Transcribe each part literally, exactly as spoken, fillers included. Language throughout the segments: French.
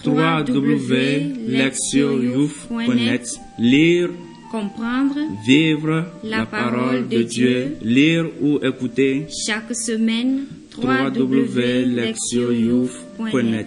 w w w point lectio youth point net. Lire, comprendre, vivre la la parole parole de de Dieu, Dieu. lire ou écouter chaque semaine, w w w point lectio youth point net.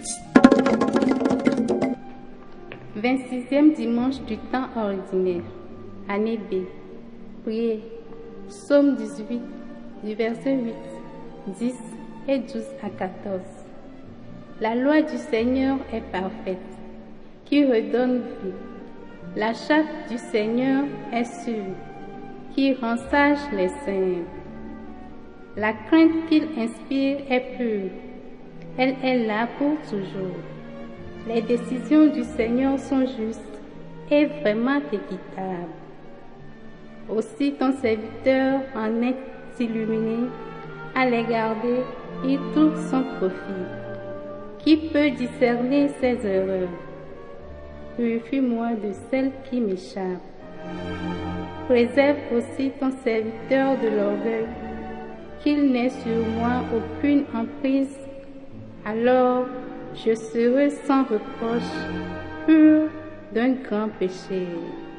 vingt-sixième dimanche du temps ordinaire, année B. Priez. Psaume dix-huit, du verset huit, dix et douze à quatorze. La loi du Seigneur est parfaite, qui redonne vie. La charte du Seigneur est sûre, qui rend sages les simples. La crainte qu'il inspire est pure, elle est là pour toujours. Les décisions du Seigneur sont justes et vraiment équitables. Aussi ton serviteur en est illuminé, à les garder, il trouve son profit. Qui peut discerner ses erreurs? Purifie-moi de celles qui m'échappent. Préserve aussi ton serviteur de l'orgueil, qu'il n'ait sur moi aucune emprise. Alors je serai sans reproche, pur d'un grand péché.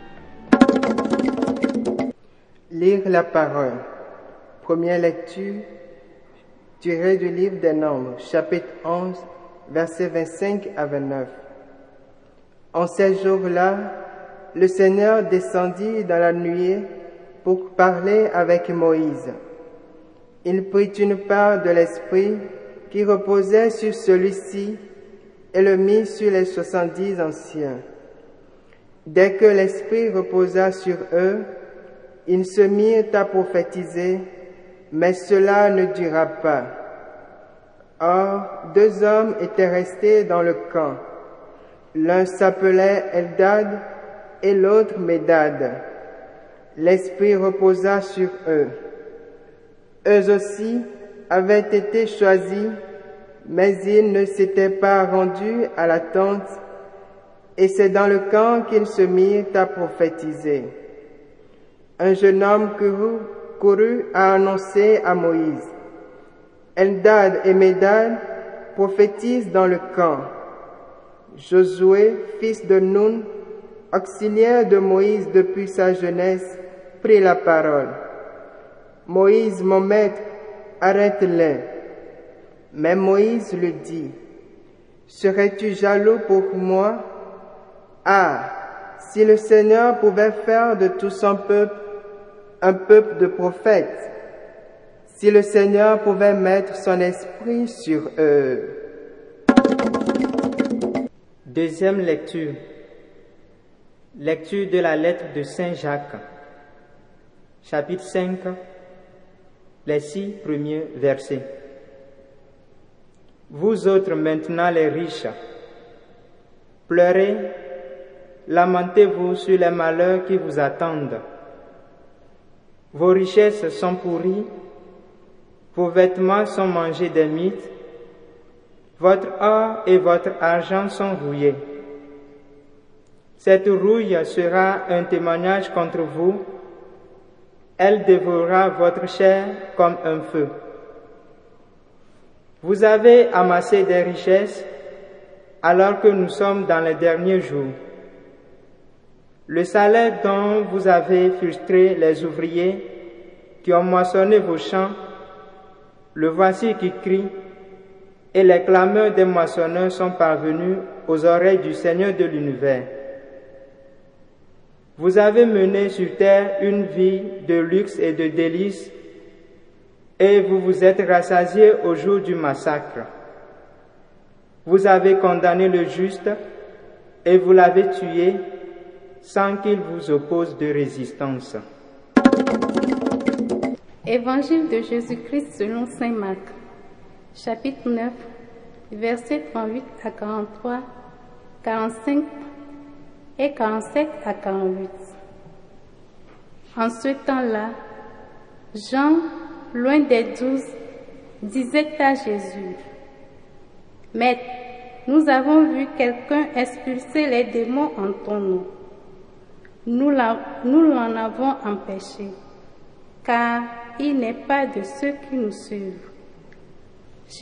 Lire la parole. Première lecture tirée du livre des Nombres, chapitre onze, versets vingt-cinq à vingt-neuf. En ces jours-là, le Seigneur descendit dans la nuée pour parler avec Moïse. Il prit une part de l'Esprit qui reposait sur celui-ci et le mit sur les soixante-dix anciens. Dès que l'Esprit reposa sur eux, ils se mirent à prophétiser, mais cela ne dura pas. Or, deux hommes étaient restés dans le camp. L'un s'appelait Eldad et l'autre Médad. L'Esprit reposa sur eux. Eux aussi avaient été choisis, mais ils ne s'étaient pas rendus à la tente, et c'est dans le camp qu'ils se mirent à prophétiser. Un jeune homme courut, courut à annoncer à Moïse. Eldad et Médad prophétisent dans le camp. Josué, fils de Nun, auxiliaire de Moïse depuis sa jeunesse, prit la parole. Moïse, mon maître, arrête-les. Mais Moïse lui dit, serais-tu jaloux pour moi? Ah, si le Seigneur pouvait faire de tout son peuple un peuple de prophètes, si le Seigneur pouvait mettre son esprit sur eux. Deuxième lecture. Lecture de la lettre de Saint Jacques, chapitre cinq, les six premiers versets. Vous autres maintenant les riches, pleurez, lamentez-vous sur les malheurs qui vous attendent. Vos richesses sont pourries, vos vêtements sont mangés des mites, votre or et votre argent sont rouillés. Cette rouille sera un témoignage contre vous, elle dévorera votre chair comme un feu. Vous avez amassé des richesses alors que nous sommes dans les derniers jours. Le salaire dont vous avez frustré les ouvriers qui ont moissonné vos champs, le voici qui crie, et les clameurs des moissonneurs sont parvenus aux oreilles du Seigneur de l'univers. Vous avez mené sur terre une vie de luxe et de délices, et vous vous êtes rassasiés au jour du massacre. Vous avez condamné le juste, et vous l'avez tué, sans qu'il vous oppose de résistance. Évangile de Jésus-Christ selon saint Marc, chapitre neuf, versets trente-huit à quarante-trois, quarante-cinq et quarante-sept à quarante-huit. En ce temps-là, Jean, loin des douze, disait à Jésus, « Maître, nous avons vu quelqu'un expulser les démons en ton nom. Nous l'en avons empêché, car il n'est pas de ceux qui nous suivent. »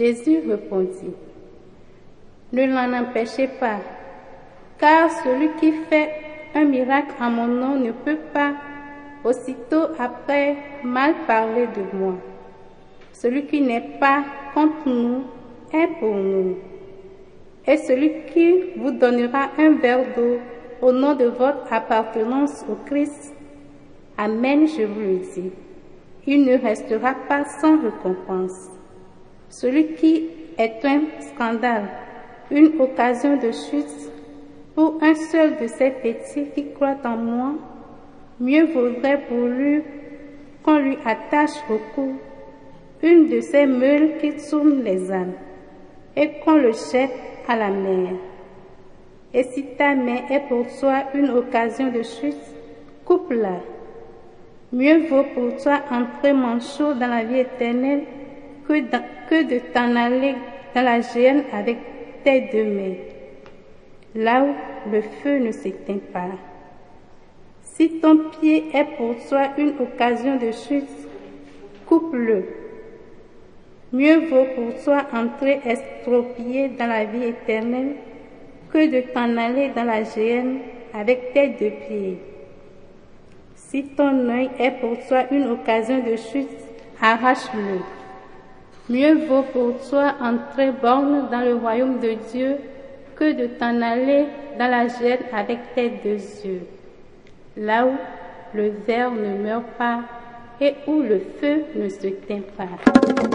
Jésus répondit, « ne l'en empêchez pas, car celui qui fait un miracle en mon nom ne peut pas, aussitôt après, mal parler de moi. Celui qui n'est pas contre nous est pour nous. Et celui qui vous donnera un verre d'eau au nom de votre appartenance au Christ, Amen, je vous le dis, il ne restera pas sans récompense. Celui qui est un scandale, une occasion de chute pour un seul de ces petits qui croient en moi, mieux vaudrait pour lui qu'on lui attache au cou une de ces meules qui tournent les ânes et qu'on le jette à la mer. Et si ta main est pour toi une occasion de chute, coupe-la. Mieux vaut pour toi entrer manchot dans la vie éternelle que, dans, que de t'en aller dans la géhenne avec tes deux mains, là où le feu ne s'éteint pas. Si ton pied est pour toi une occasion de chute, coupe-le. Mieux vaut pour toi entrer estropié dans la vie éternelle que de t'en aller dans la géhenne avec tes deux pieds. Si ton œil est pour toi une occasion de chute, arrache-le. Mieux vaut pour toi entrer borgne dans le royaume de Dieu que de t'en aller dans la géhenne avec tes deux yeux, là où le ver ne meurt pas et où le feu ne s'éteint pas.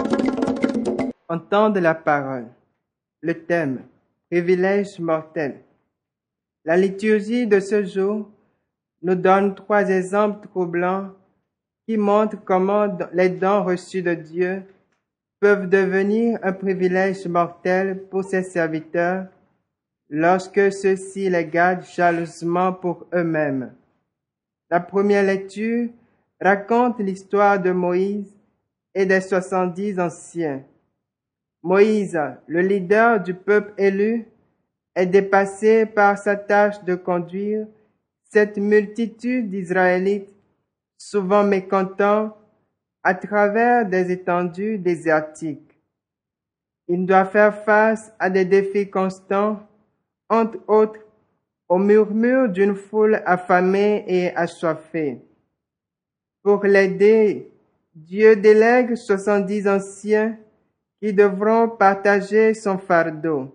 Entendre la parole. Le thème, privilège mortel. La liturgie de ce jour nous donne trois exemples troublants qui montrent comment les dons reçus de Dieu peuvent devenir un privilège mortel pour ses serviteurs lorsque ceux-ci les gardent jalousement pour eux-mêmes. La première lecture raconte l'histoire de Moïse et des soixante-dix anciens. Moïse, le leader du peuple élu, est dépassé par sa tâche de conduire cette multitude d'Israélites, souvent mécontents, à travers des étendues désertiques. Il doit faire face à des défis constants, entre autres au murmure d'une foule affamée et assoiffée. Pour l'aider, Dieu délègue soixante-dix anciens qui devront partager son fardeau.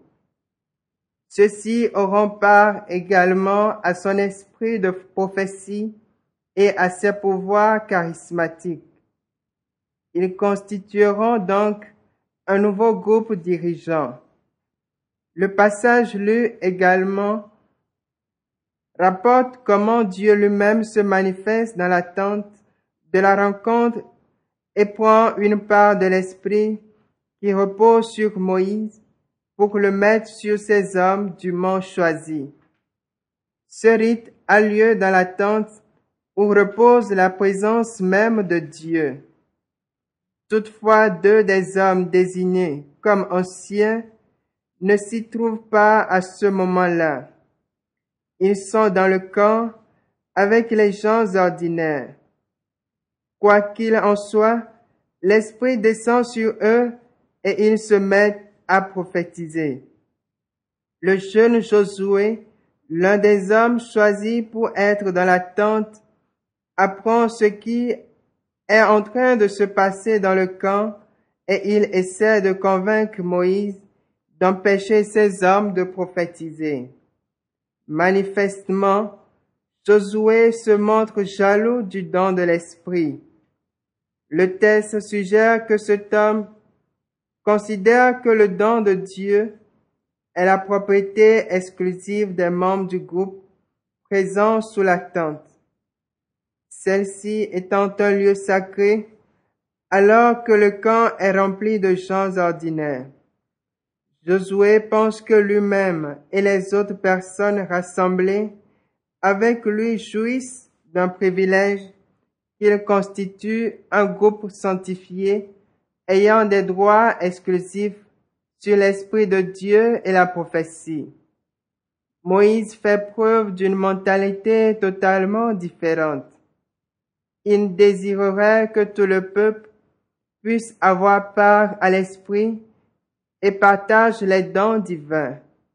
Ceux-ci auront part également à son esprit de prophétie et à ses pouvoirs charismatiques. Ils constitueront donc un nouveau groupe dirigeant. Le passage lu également rapporte comment Dieu lui-même se manifeste dans l'attente de la rencontre et prend une part de l'esprit qui repose sur Moïse pour le mettre sur ces hommes dûment choisis. Ce rite a lieu dans la tente où repose la présence même de Dieu. Toutefois, deux des hommes désignés comme anciens ne s'y trouvent pas à ce moment-là. Ils sont dans le camp avec les gens ordinaires. Quoi qu'il en soit, l'Esprit descend sur eux et ils se mettent à prophétiser. Le jeune Josué, l'un des hommes choisis pour être dans la tente, apprend ce qui est en train de se passer dans le camp et il essaie de convaincre Moïse d'empêcher ces hommes de prophétiser. Manifestement, Josué se montre jaloux du don de l'Esprit. Le texte suggère que cet homme considère que le don de Dieu est la propriété exclusive des membres du groupe présents sous la tente, celle-ci étant un lieu sacré, alors que le camp est rempli de gens ordinaires. Josué pense que lui-même et les autres personnes rassemblées avec lui jouissent d'un privilège qu'il constitue un groupe sanctifié ayant des droits exclusifs sur l'Esprit de Dieu et la prophétie. Moïse fait preuve d'une mentalité totalement différente. Il désirerait que tout le peuple puisse avoir part à l'Esprit et partage les dons divins.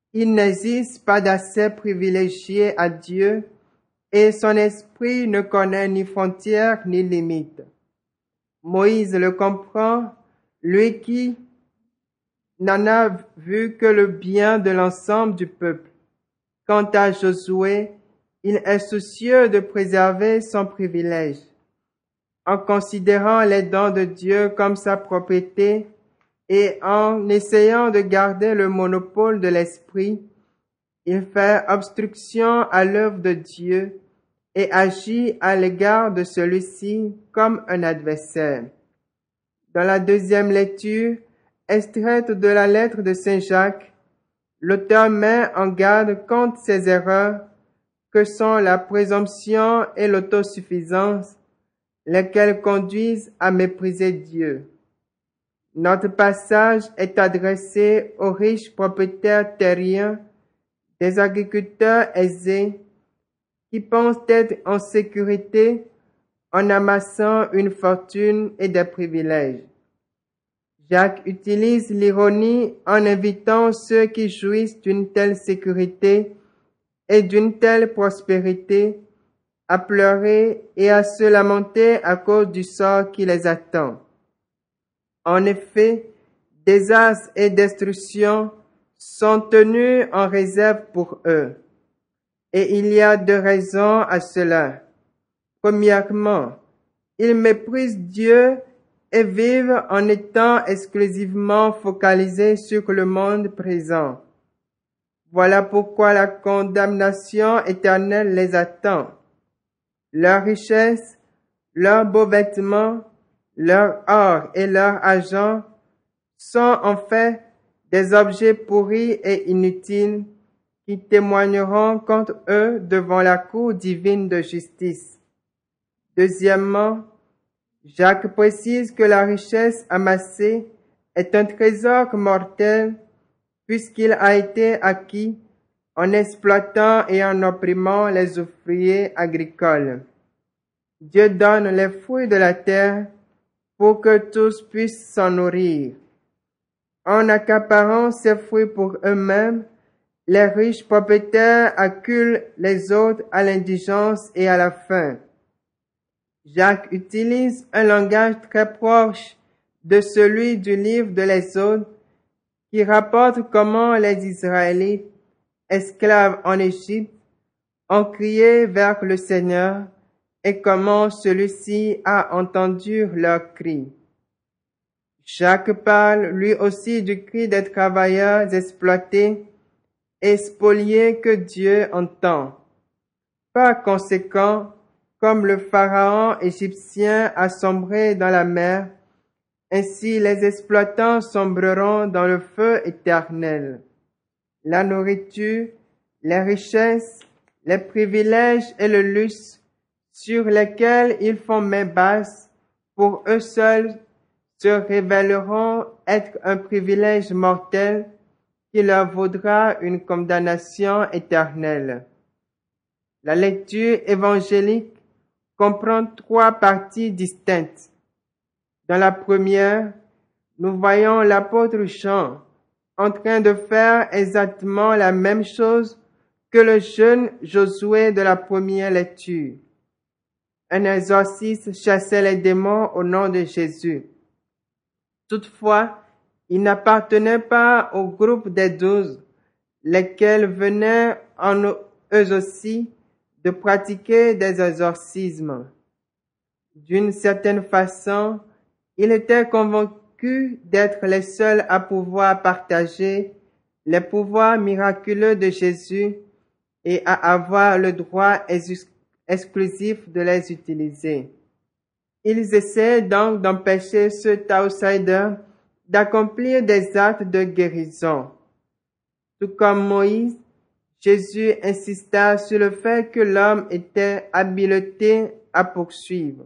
Il n'existe pas d'accès privilégié à Dieu et son esprit ne connaît ni frontières ni limites. Moïse le comprend, lui qui n'en a vu que le bien de l'ensemble du peuple. Quant à Josué, il est soucieux de préserver son privilège. En considérant les dons de Dieu comme sa propriété et en essayant de garder le monopole de l'esprit, il fait obstruction à l'œuvre de Dieu et agit à l'égard de celui-ci comme un adversaire. Dans la deuxième lecture, extraite de la lettre de Saint Jacques, l'auteur met en garde contre ces erreurs que sont la présomption et l'autosuffisance, lesquelles conduisent à mépriser Dieu. Notre passage est adressé aux riches propriétaires terriens, des agriculteurs aisés, qui pensent être en sécurité en amassant une fortune et des privilèges. Jacques utilise l'ironie en invitant ceux qui jouissent d'une telle sécurité et d'une telle prospérité à pleurer et à se lamenter à cause du sort qui les attend. En effet, désastre et destruction sont tenus en réserve pour eux. Et il y a deux raisons à cela. Premièrement, ils méprisent Dieu et vivent en étant exclusivement focalisés sur le monde présent. Voilà pourquoi la condamnation éternelle les attend. Leur richesse, leurs beaux vêtements, leur or et leur argent sont en fait des objets pourris et inutiles qui témoigneront contre eux devant la cour divine de justice. Deuxièmement, Jacques précise que la richesse amassée est un trésor mortel puisqu'il a été acquis en exploitant et en opprimant les ouvriers agricoles. Dieu donne les fruits de la terre pour que tous puissent s'en nourrir. En accaparant ces fruits pour eux-mêmes, les riches propriétaires acculent les autres à l'indigence et à la faim. Jacques utilise un langage très proche de celui du livre de l'Exode qui rapporte comment les Israélites, esclaves en Égypte, ont crié vers le Seigneur et comment celui-ci a entendu leurs cris. Jacques parle lui aussi du cri des travailleurs exploités et spoliés que Dieu entend. Par conséquent, comme le pharaon égyptien a sombré dans la mer, ainsi les exploitants sombreront dans le feu éternel. La nourriture, les richesses, les privilèges et le luxe sur lesquels ils font main basse, pour eux seuls se révéleront être un privilège mortel qui leur vaudra une condamnation éternelle. La lecture évangélique comprend trois parties distinctes. Dans la première, nous voyons l'apôtre Jean en train de faire exactement la même chose que le jeune Josué de la première lecture. Un exorciste chassait les démons au nom de Jésus. Toutefois, il n'appartenait pas au groupe des douze, lesquels venaient en eux aussi de pratiquer des exorcismes. D'une certaine façon, il était convaincu d'être les seuls à pouvoir partager les pouvoirs miraculeux de Jésus et à avoir le droit exclusif de les utiliser. Ils essaient donc d'empêcher cet outsider d'accomplir des actes de guérison. Tout comme Moïse, Jésus insista sur le fait que l'homme était habilité à poursuivre.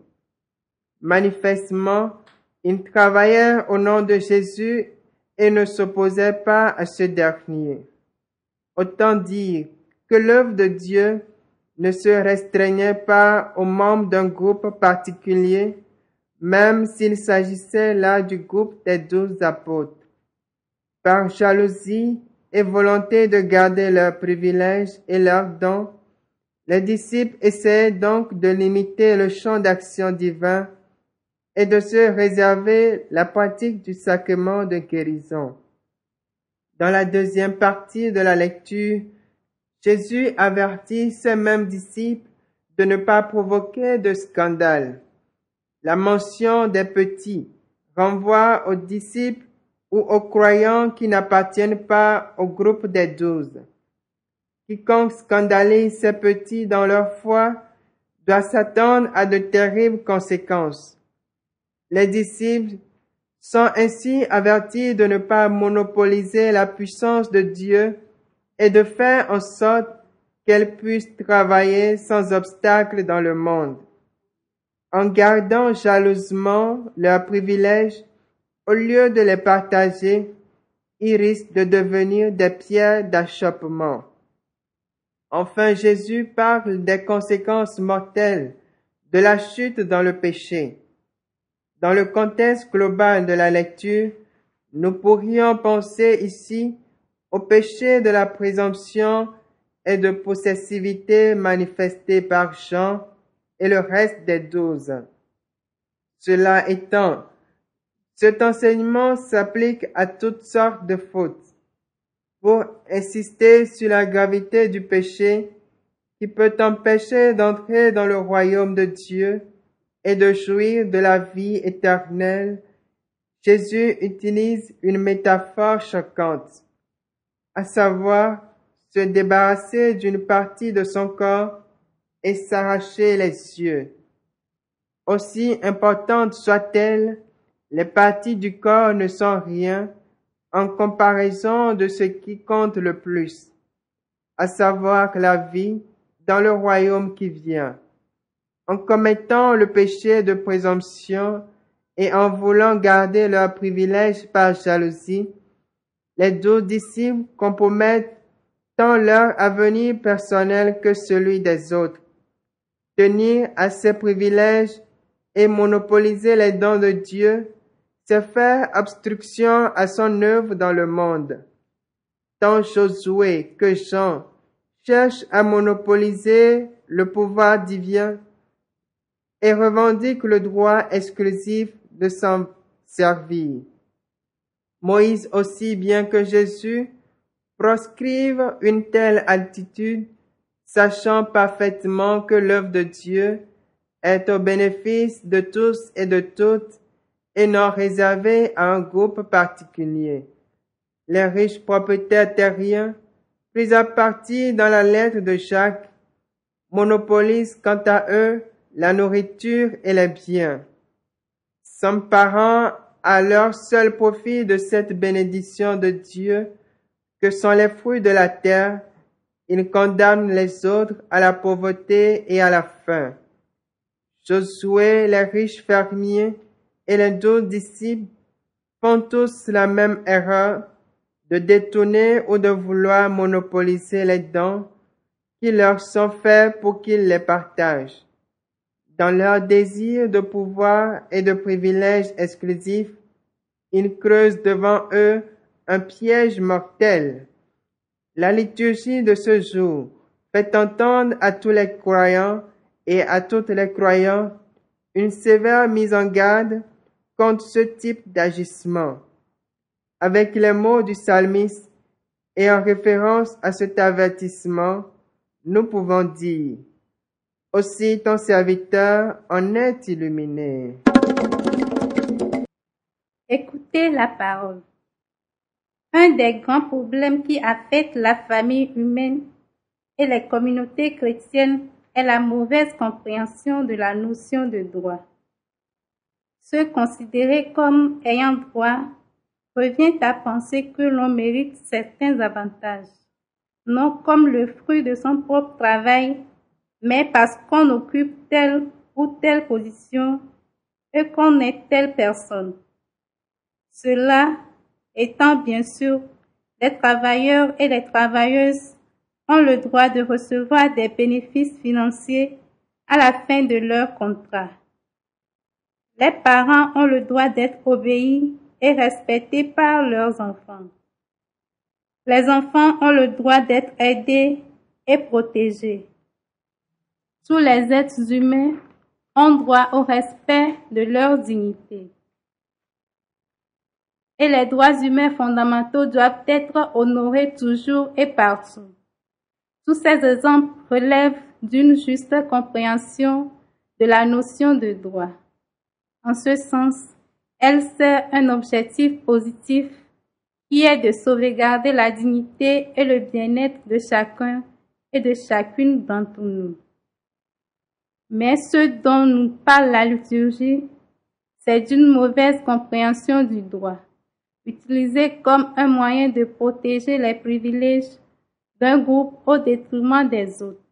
Manifestement, ils travaillèrent au nom de Jésus et ne s'opposaient pas à ce dernier. Autant dire que l'œuvre de Dieu ne se restreignait pas aux membres d'un groupe particulier, même s'il s'agissait là du groupe des douze apôtres. Par jalousie et volonté de garder leurs privilèges et leurs dons, les disciples essayaient donc de limiter le champ d'action divin et de se réserver la pratique du sacrement de guérison. Dans la deuxième partie de la lecture, Jésus avertit ces mêmes disciples de ne pas provoquer de scandale. La mention des petits renvoie aux disciples ou aux croyants qui n'appartiennent pas au groupe des douze. Quiconque scandalise ces petits dans leur foi doit s'attendre à de terribles conséquences. Les disciples sont ainsi avertis de ne pas monopoliser la puissance de Dieu et de faire en sorte qu'elle puisse travailler sans obstacle dans le monde. En gardant jalousement leurs privilèges, au lieu de les partager, ils risquent de devenir des pierres d'achoppement. Enfin, Jésus parle des conséquences mortelles de la chute dans le péché. Dans le contexte global de la lecture, nous pourrions penser ici au péché de la présomption et de possessivité manifesté par Jean et le reste des douze. Cela étant, cet enseignement s'applique à toutes sortes de fautes. Pour insister sur la gravité du péché qui peut empêcher d'entrer dans le royaume de Dieu et de jouir de la vie éternelle, Jésus utilise une métaphore choquante, à savoir se débarrasser d'une partie de son corps et s'arracher les yeux. Aussi importantes soient-elles, les parties du corps ne sont rien en comparaison de ce qui compte le plus, à savoir la vie dans le royaume qui vient. En commettant le péché de présomption et en voulant garder leurs privilèges par jalousie, les douze disciples compromettent tant leur avenir personnel que celui des autres. Tenir à ces privilèges et monopoliser les dons de Dieu, c'est faire obstruction à son œuvre dans le monde. Tant Josué que Jean cherchent à monopoliser le pouvoir divin et revendiquent le droit exclusif de s'en servir. Moïse aussi bien que Jésus proscrivent une telle attitude, sachant parfaitement que l'œuvre de Dieu est au bénéfice de tous et de toutes et non réservée à un groupe particulier. Les riches propriétaires terriens, pris à partie dans la lettre de Jacques, monopolisent quant à eux la nourriture et les biens. S'emparant à leur seul profit de cette bénédiction de Dieu que sont les fruits de la terre, ils condamnent les autres à la pauvreté et à la faim. Josué, les riches fermiers et les douze disciples font tous la même erreur de détourner ou de vouloir monopoliser les dons qui leur sont faits pour qu'ils les partagent. Dans leur désir de pouvoir et de privilèges exclusifs, ils creusent devant eux un piège mortel. La liturgie de ce jour fait entendre à tous les croyants et à toutes les croyantes une sévère mise en garde contre ce type d'agissement. Avec les mots du psalmiste et en référence à cet avertissement, nous pouvons dire: aussi ton serviteur en est illuminé. Écoutez la parole. Un des grands problèmes qui affectent la famille humaine et les communautés chrétiennes est la mauvaise compréhension de la notion de droit. Se considérer comme ayant droit revient à penser que l'on mérite certains avantages, non comme le fruit de son propre travail, mais parce qu'on occupe telle ou telle position et qu'on est telle personne. Cela étant bien sûr, les travailleurs et les travailleuses ont le droit de recevoir des bénéfices financiers à la fin de leur contrat. Les parents ont le droit d'être obéis et respectés par leurs enfants. Les enfants ont le droit d'être aidés et protégés. Tous les êtres humains ont droit au respect de leur dignité. Et les droits humains fondamentaux doivent être honorés toujours et partout. Tous ces exemples relèvent d'une juste compréhension de la notion de droit. En ce sens, elle sert un objectif positif qui est de sauvegarder la dignité et le bien-être de chacun et de chacune d'entre nous. Mais ce dont nous parle la liturgie, c'est d'une mauvaise compréhension du droit, utilisé comme un moyen de protéger les privilèges d'un groupe au détriment des autres.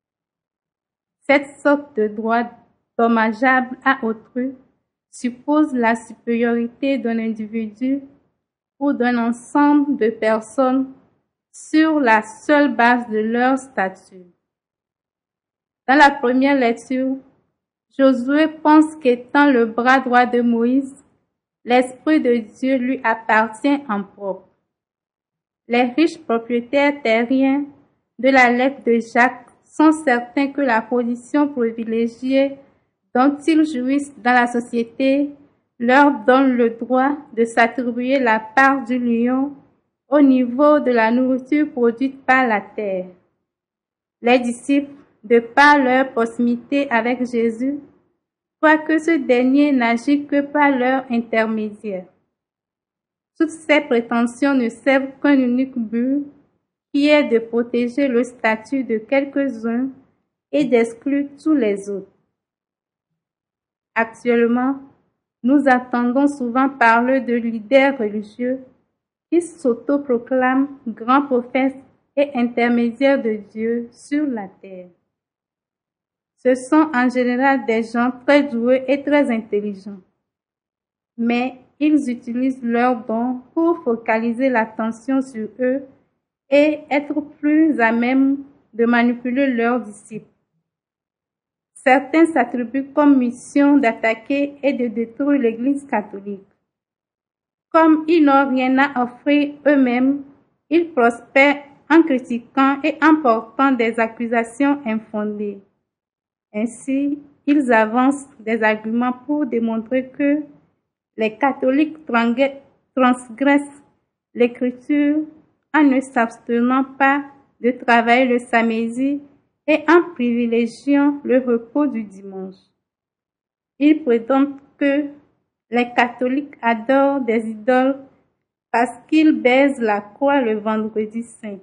Cette sorte de droit dommageable à autrui suppose la supériorité d'un individu ou d'un ensemble de personnes sur la seule base de leur statut. Dans la première lecture, Josué pense qu'étant le bras droit de Moïse, l'Esprit de Dieu lui appartient en propre. Les riches propriétaires terriens de la lettre de Jacques sont certains que la position privilégiée dont ils jouissent dans la société leur donne le droit de s'attribuer la part du lion au niveau de la nourriture produite par la terre. Les disciples, de par leur proximité avec Jésus, croient que ce dernier n'agit que par leur intermédiaire. Toutes ces prétentions ne servent qu'un unique but, qui est de protéger le statut de quelques-uns et d'exclure tous les autres. Actuellement, nous entendons souvent parler de leaders religieux qui s'autoproclament grands prophètes et intermédiaires de Dieu sur la terre. Ce sont en général des gens très doués et très intelligents, mais ils utilisent leurs dons pour focaliser l'attention sur eux et être plus à même de manipuler leurs disciples. Certains s'attribuent comme mission d'attaquer et de détruire l'Église catholique. Comme ils n'ont rien à offrir eux-mêmes, ils prospèrent en critiquant et en portant des accusations infondées. Ainsi, ils avancent des arguments pour démontrer que les catholiques transgressent l'Écriture en ne s'abstenant pas de travailler le samedi et en privilégiant le repos du dimanche. Ils prétendent que les catholiques adorent des idoles parce qu'ils baisent la croix le vendredi saint.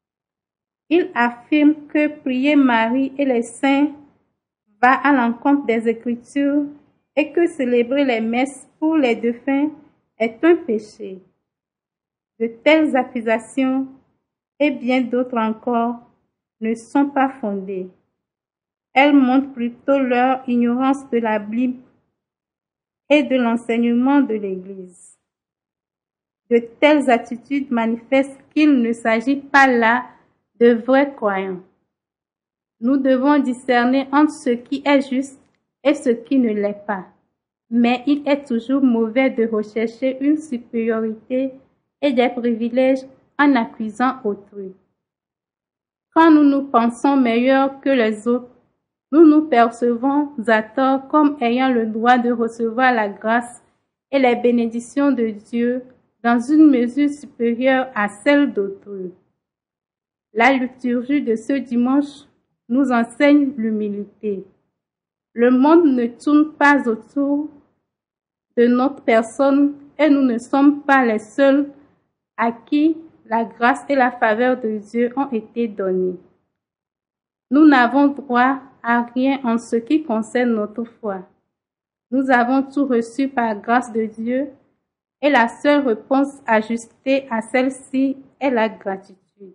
Ils affirment que prier Marie et les saints va à l'encontre des Écritures et que célébrer les messes pour les défunts est un péché. De telles accusations et bien d'autres encore ne sont pas fondées. Elles montrent plutôt leur ignorance de la Bible et de l'enseignement de l'Église. De telles attitudes manifestent qu'il ne s'agit pas là de vrais croyants. Nous devons discerner entre ce qui est juste et ce qui ne l'est pas. Mais il est toujours mauvais de rechercher une supériorité et des privilèges en accusant autrui. Quand nous nous pensons meilleurs que les autres, nous nous percevons à tort comme ayant le droit de recevoir la grâce et les bénédictions de Dieu dans une mesure supérieure à celle d'autrui. La liturgie de ce dimanche nous enseigne l'humilité. Le monde ne tourne pas autour de notre personne et nous ne sommes pas les seuls à qui la grâce et la faveur de Dieu ont été données. Nous n'avons droit à rien en ce qui concerne notre foi. Nous avons tout reçu par grâce de Dieu et la seule réponse ajustée à celle-ci est la gratitude.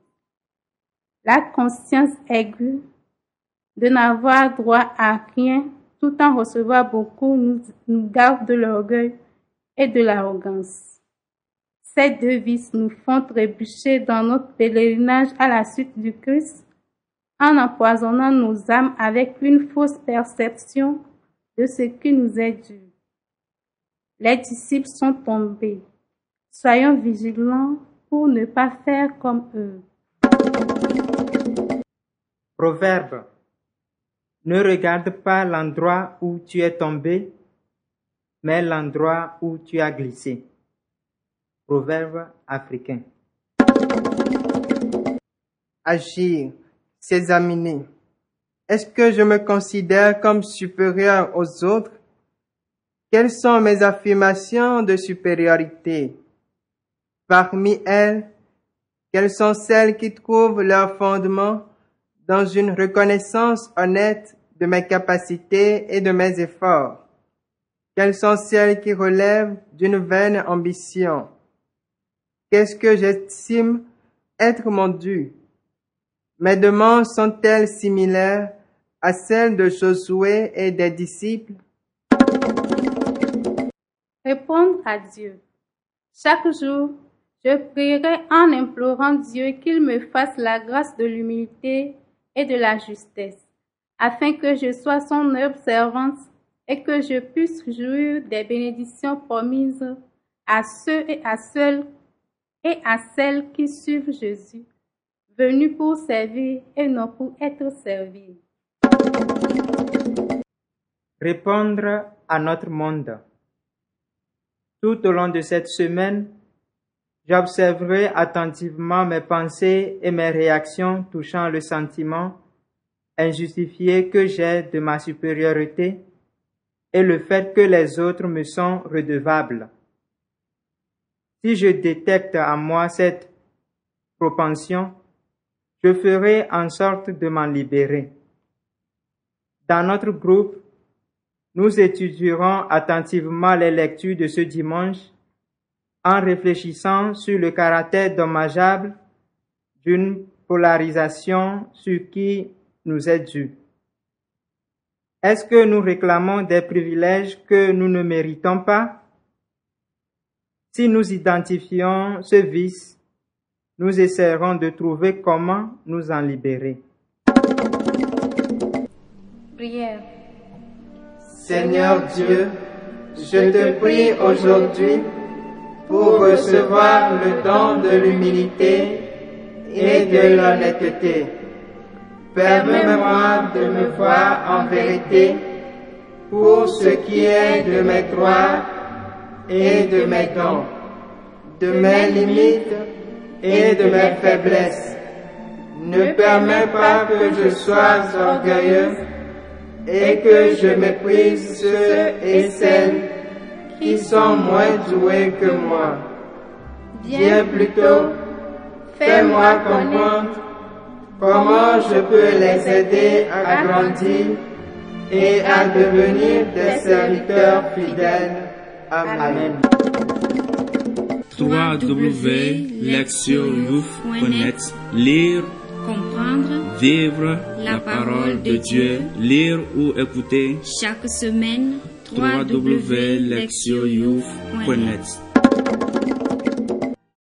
La conscience aiguë de n'avoir droit à rien tout en recevant beaucoup nous, nous garde de l'orgueil et de l'arrogance. Ces deux vices nous font trébucher dans notre pèlerinage à la suite du Christ en empoisonnant nos âmes avec une fausse perception de ce qui nous est dû. Les disciples sont tombés. Soyons vigilants pour ne pas faire comme eux. Proverbe. Ne regarde pas l'endroit où tu es tombé, mais l'endroit où tu as glissé. Proverbe africain. Agir, s'examiner. Est-ce que je me considère comme supérieur aux autres? Quelles sont mes affirmations de supériorité? Parmi elles, quelles sont celles qui trouvent leur fondement dans une reconnaissance honnête de mes capacités et de mes efforts? Quelles sont celles qui relèvent d'une vaine ambition? Qu'est-ce que j'estime être mon dû? Mes demandes sont-elles similaires à celles de Josué et des disciples? Répondre à Dieu. Chaque jour, je prierai en implorant Dieu qu'il me fasse la grâce de l'humilité et de la justesse, afin que je sois son œuvre servante et que je puisse jouir des bénédictions promises à ceux et à celles et à celles qui suivent Jésus, venu pour servir et non pour être servi. Répondre à notre monde. Tout au long de cette semaine, j'observerai attentivement mes pensées et mes réactions touchant le sentiment injustifié que j'ai de ma supériorité et le fait que les autres me sont redevables. Si je détecte en moi cette propension, je ferai en sorte de m'en libérer. Dans notre groupe, nous étudierons attentivement les lectures de ce dimanche en réfléchissant sur le caractère dommageable d'une polarisation sur qui nous est due. Est-ce que nous réclamons des privilèges que nous ne méritons pas? Si nous identifions ce vice, nous essaierons de trouver comment nous en libérer. Prière. Seigneur Dieu, je te prie aujourd'hui pour recevoir le don de l'humilité et de l'honnêteté. Permets-moi de me voir en vérité pour ce qui est de mes droits et de mes dons, de mes limites et de mes faiblesses. Ne permets pas que je sois orgueilleux et que je méprise ceux et celles qui sont moins doués que moi. Bien plutôt, fais-moi comprendre comment je peux les aider à grandir et à devenir des serviteurs fidèles. Amen. w w w point lectio youth point net. Lire, comprendre, vivre la parole de Dieu, lire ou écouter chaque semaine w w w point lectio youth point net.